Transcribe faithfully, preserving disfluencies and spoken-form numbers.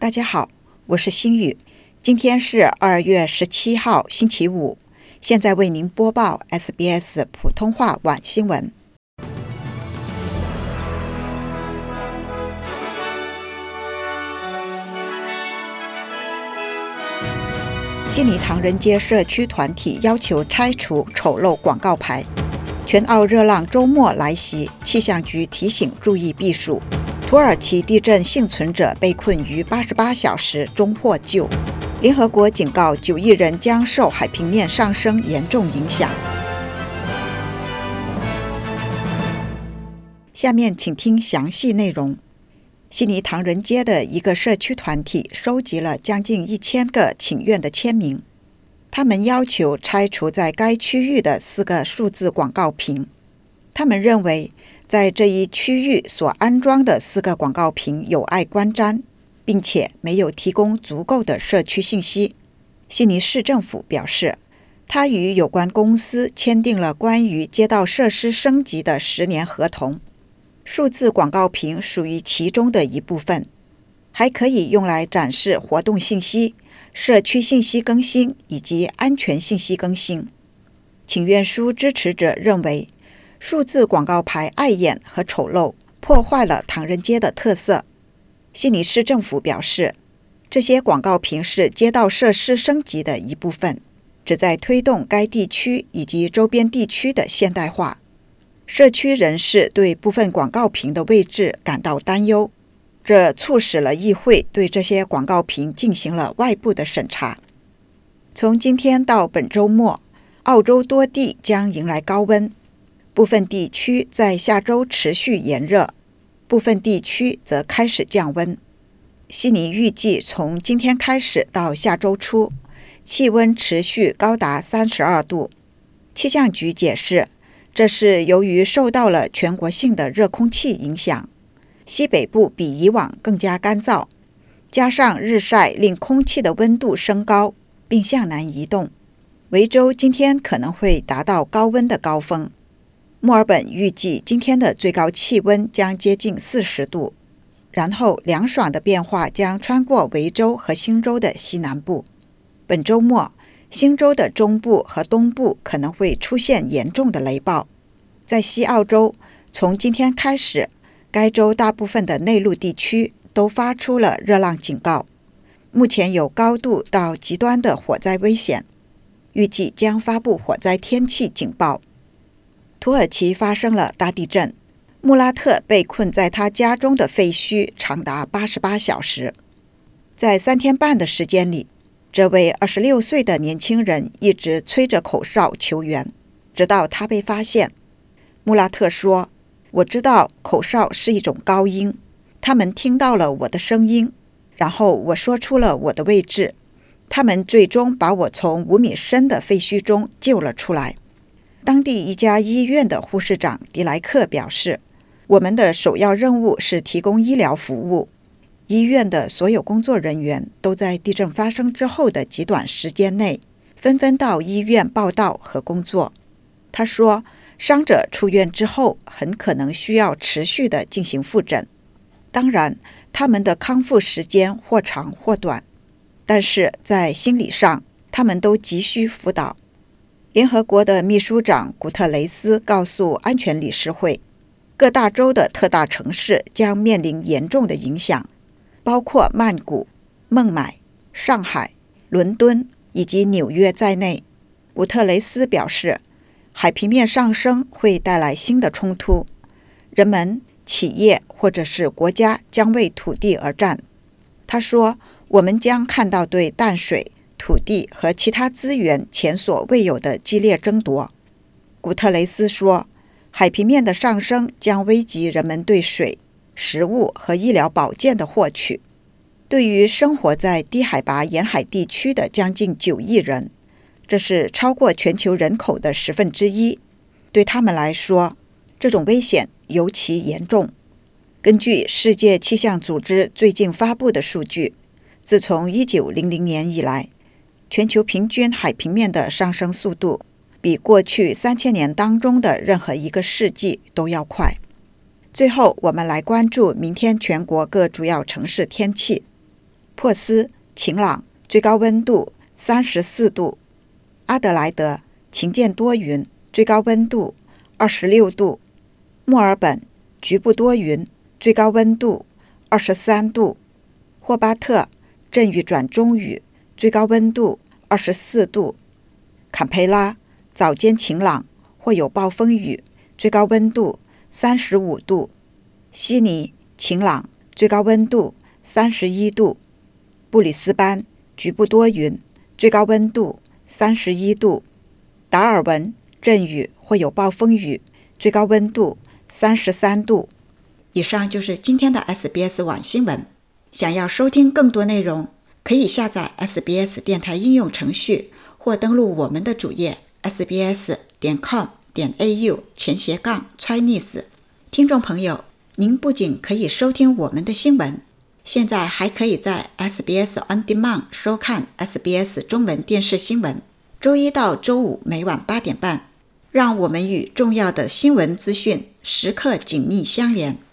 大家好，我是新宇，今天是二月十七号星期五，现在为您播报 S B S 普通话晚新闻。悉尼唐人街社区团体要求拆除丑陋广告牌。全澳热浪周末来袭，气象局提醒注意避暑。土耳其地震幸存者被困于八十八小时终获救。联合国警告九亿人将受海平面上升严重影响。下面请听详细内容。悉尼唐人街的一个社区团体收集了将近一千个请愿的签名，他们要求拆除在该区域的四个数字广告屏。他们认为，在这一区域所安装的四个广告屏有碍观瞻，并且没有提供足够的社区信息。悉尼市政府表示，他与有关公司签订了关于街道设施升级的十年合同。数字广告屏属于其中的一部分，还可以用来展示活动信息、社区信息更新以及安全信息更新。请愿书支持者认为，数字广告牌碍眼和丑陋，破坏了唐人街的特色。悉尼市政府表示，这些广告屏是街道设施升级的一部分，旨在推动该地区以及周边地区的现代化。社区人士对部分广告屏的位置感到担忧，这促使了议会对这些广告屏进行了外部的审查。从今天到本周末，澳洲多地将迎来高温，部分地区在下周持续炎热，部分地区则开始降温。悉尼预计从今天开始到下周初，气温持续高达三十二度。气象局解释，这是由于受到了全国性的热空气影响，西北部比以往更加干燥，加上日晒令空气的温度升高并向南移动。维州今天可能会达到高温的高峰。墨尔本预计今天的最高气温将接近四十度，然后凉爽的变化将穿过维州和新州的西南部。本周末，新州的中部和东部可能会出现严重的雷暴。在西澳洲，从今天开始，该州大部分的内陆地区都发出了热浪警告，目前有高度到极端的火灾危险，预计将发布火灾天气警报。土耳其发生了大地震，穆拉特被困在他家中的废墟长达八十八小时。在三天半的时间里，这位二十六岁的年轻人一直吹着口哨求援，直到他被发现。穆拉特说，我知道口哨是一种高音，他们听到了我的声音，然后我说出了我的位置，他们最终把我从五米深的废墟中救了出来。当地一家医院的护士长迪莱克表示，我们的首要任务是提供医疗服务。医院的所有工作人员都在地震发生之后的极短时间内纷纷到医院报到和工作。他说，伤者出院之后很可能需要持续的进行复诊，当然他们的康复时间或长或短，但是在心理上他们都急需辅导。联合国的秘书长古特雷斯告诉安全理事会，各大洲的特大城市将面临严重的影响，包括曼谷、孟买、上海、伦敦以及纽约在内。古特雷斯表示，海平面上升会带来新的冲突，人们、企业或者是国家将为土地而战。他说，我们将看到对淡水、土地和其他资源前所未有的激烈争夺。古特雷斯说，海平面的上升将危及人们对水、食物和医疗保健的获取。对于生活在低海拔沿海地区的将近九亿人，这是超过全球人口的十分之一，对他们来说，这种危险尤其严重。根据世界气象组织最近发布的数据，自从一九零零年以来，全球平均海平面的上升速度比过去三千年当中的任何一个世纪都要快。最后，我们来关注明天全国各主要城市天气。 珀斯晴朗，最高温度三十四度；阿德莱德晴间多云，最高温度二十六度；墨尔本局部多云，最高温度二十三度；霍巴特阵雨转中雨，最高温度二十四度；坎培拉早间晴朗或有暴风雨，最高温度三十五度；悉尼晴朗，最高温度三十一度；布里斯班局部多云，最高温度三十一度；达尔文阵雨或有暴风雨，最高温度三十三度。以上就是今天的 S B S 网新闻。想要收听更多内容，可以下载 S B S 电台应用程序，或登录我们的主页 s b s 点 com 点 a u 前斜杠 Chinese。听众朋友，您不仅可以收听我们的新闻，现在还可以在 S B S On Demand 收看 S B S 中文电视新闻，周一到周五每晚八点半，让我们与重要的新闻资讯时刻紧密相连。